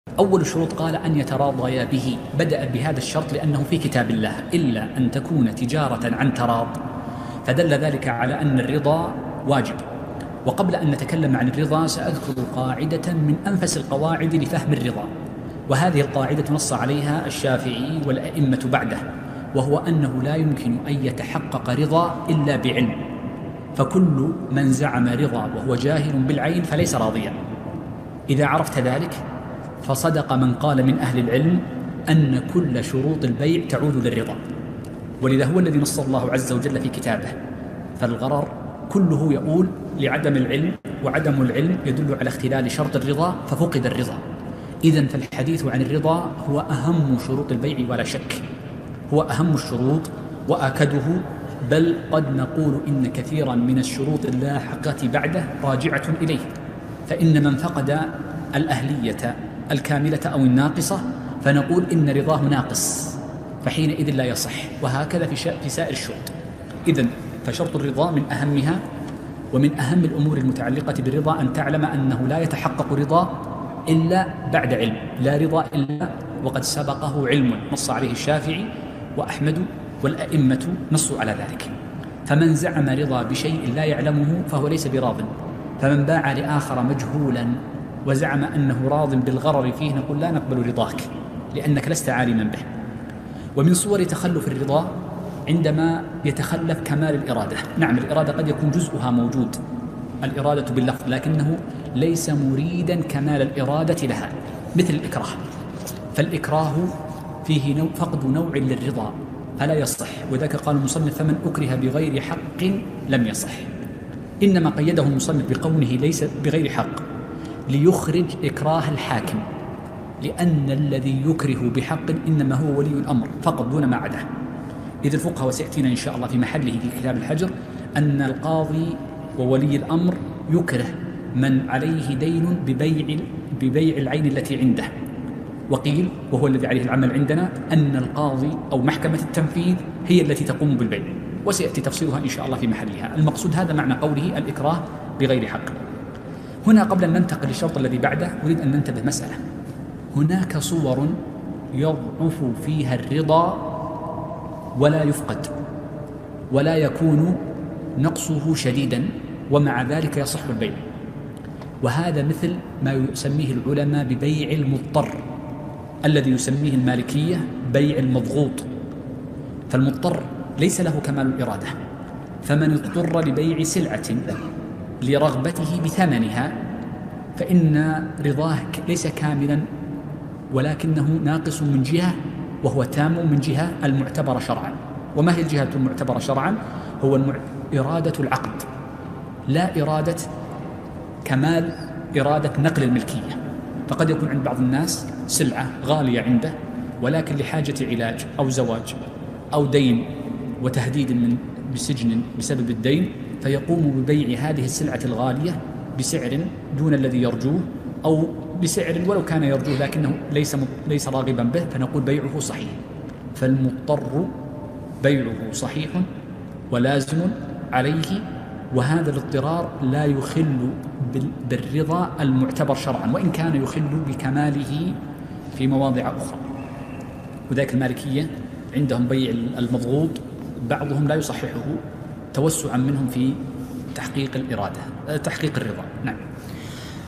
أول الشروط قال أن يتراضيا به، بدأ بهذا الشرط لأنه في كتاب الله: إلا أن تكون تجارة عن تراض، فدل ذلك على أن الرضا واجب. وقبل أن نتكلم عن الرضا سأذكر قاعدة من أنفس القواعد لفهم الرضا، وهذه القاعدة نص عليها الشافعي والأئمة بعده، وهو أنه لا يمكن أن يتحقق رضا إلا بعلم، فكل من زعم رضا وهو جاهل بالعين فليس راضيا. إذا عرفت ذلك فصدق من قال من أهل العلم أن كل شروط البيع تعود للرضا، ولذا هو الذي نص الله عز وجل في كتابه. فالغرر كله يقول لعدم العلم، وعدم العلم يدل على اختلال شرط الرضا، ففقد الرضا. إذن فالحديث عن الرضا هو أهم شروط البيع ولا شك، هو أهم الشروط وآكده، بل قد نقول إن كثيرا من الشروط اللاحقة بعده راجعة إليه، فإن من فقد الأهلية الكاملة أو الناقصة فنقول إن رضاه ناقص، فحينئذ لا يصح، وهكذا في سائر الشروط. إذن فشرط الرضا من أهمها، ومن أهم الأمور المتعلقة بالرضا أن تعلم أنه لا يتحقق رضا إلا بعد علم، لا رضا إلا وقد سبقه علم، نص عليه الشافعي وأحمد والأئمة نصوا على ذلك. فمن زعم رضا بشيء لا يعلمه فهو ليس براض، فمن باع لآخر مجهولا وزعم أنه راض بالغرر فيه نقول لا نقبل رضاك لأنك لست عالما به. ومن صور تخلف الرضا عندما يتخلف كمال الإرادة. نعم، الإرادة قد يكون جزءها موجود، الإرادة باللفظ، لكنه ليس مريدا كمال الإرادة لها، مثل الإكراه. فالإكراه فيه فقد نوع للرضا فلا يصح، وذاك قال المصنف: فمن أكره بغير حق لم يصح. إنما قيده المصنف بقوله ليس بغير حق ليخرج إكراه الحاكم، لأن الذي يكره بحق إنما هو ولي الأمر فقط دون ما عداه. إذ الفقهاء، وسيأتينا إن شاء الله في محله في كتاب الحجر، أن القاضي وولي الأمر يكره من عليه دين ببيع العين التي عنده. وقيل، وهو الذي عليه العمل عندنا، أن القاضي أو محكمة التنفيذ هي التي تقوم بالبيع، وسيأتي تفصيلها إن شاء الله في محلها. المقصود هذا معنى قوله الإكراه بغير حق. هنا قبل أن ننتقل للشرط الذي بعده أريد أن ننتبه مسألة: هناك صور يضعف فيها الرضا ولا يفقد، ولا يكون نقصه شديدا، ومع ذلك يصح البيع، وهذا مثل ما يسميه العلماء ببيع المضطر، الذي يسميه المالكية بيع المضغوط. فالمضطر ليس له كمال الإرادة، فمن اضطر لبيع سلعة لرغبته بثمنها فإن رضاه ليس كاملا، ولكنه ناقص من جهة وهو تام من جهة المعتبرة شرعا. وما هي الجهة المعتبرة شرعا؟ هو إرادة العقد، لا إرادة كمال إرادة نقل الملكية. فقد يكون عند بعض الناس سلعة غالية عنده، ولكن لحاجة علاج أو زواج أو دين وتهديد بسجن بسبب الدين، فيقوم ببيع هذه السلعة الغالية بسعر دون الذي يرجوه، أو بسعر ولو كان يرجوه لكنه ليس راغبا به، فنقول بيعه صحيح. فالمضطر بيعه صحيح ولازم عليه، وهذا الاضطرار لا يخل بالرضا المعتبر شرعا، وإن كان يخل بكماله في مواضع أخرى. وذلك المالكية عندهم بيع المضغوط بعضهم لا يصححه توسعا منهم في تحقيق الرضا. نعم.